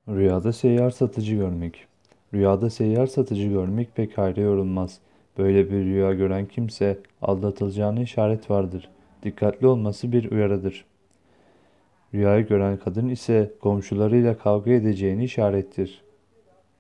Rüyada seyyar satıcı görmek. Rüyada seyyar satıcı görmek pek hayra yorulmaz. Böyle bir rüya gören kimse aldatılacağına işaret vardır. Dikkatli olması bir uyarıdır. Rüyayı gören kadın ise komşularıyla kavga edeceğini işarettir.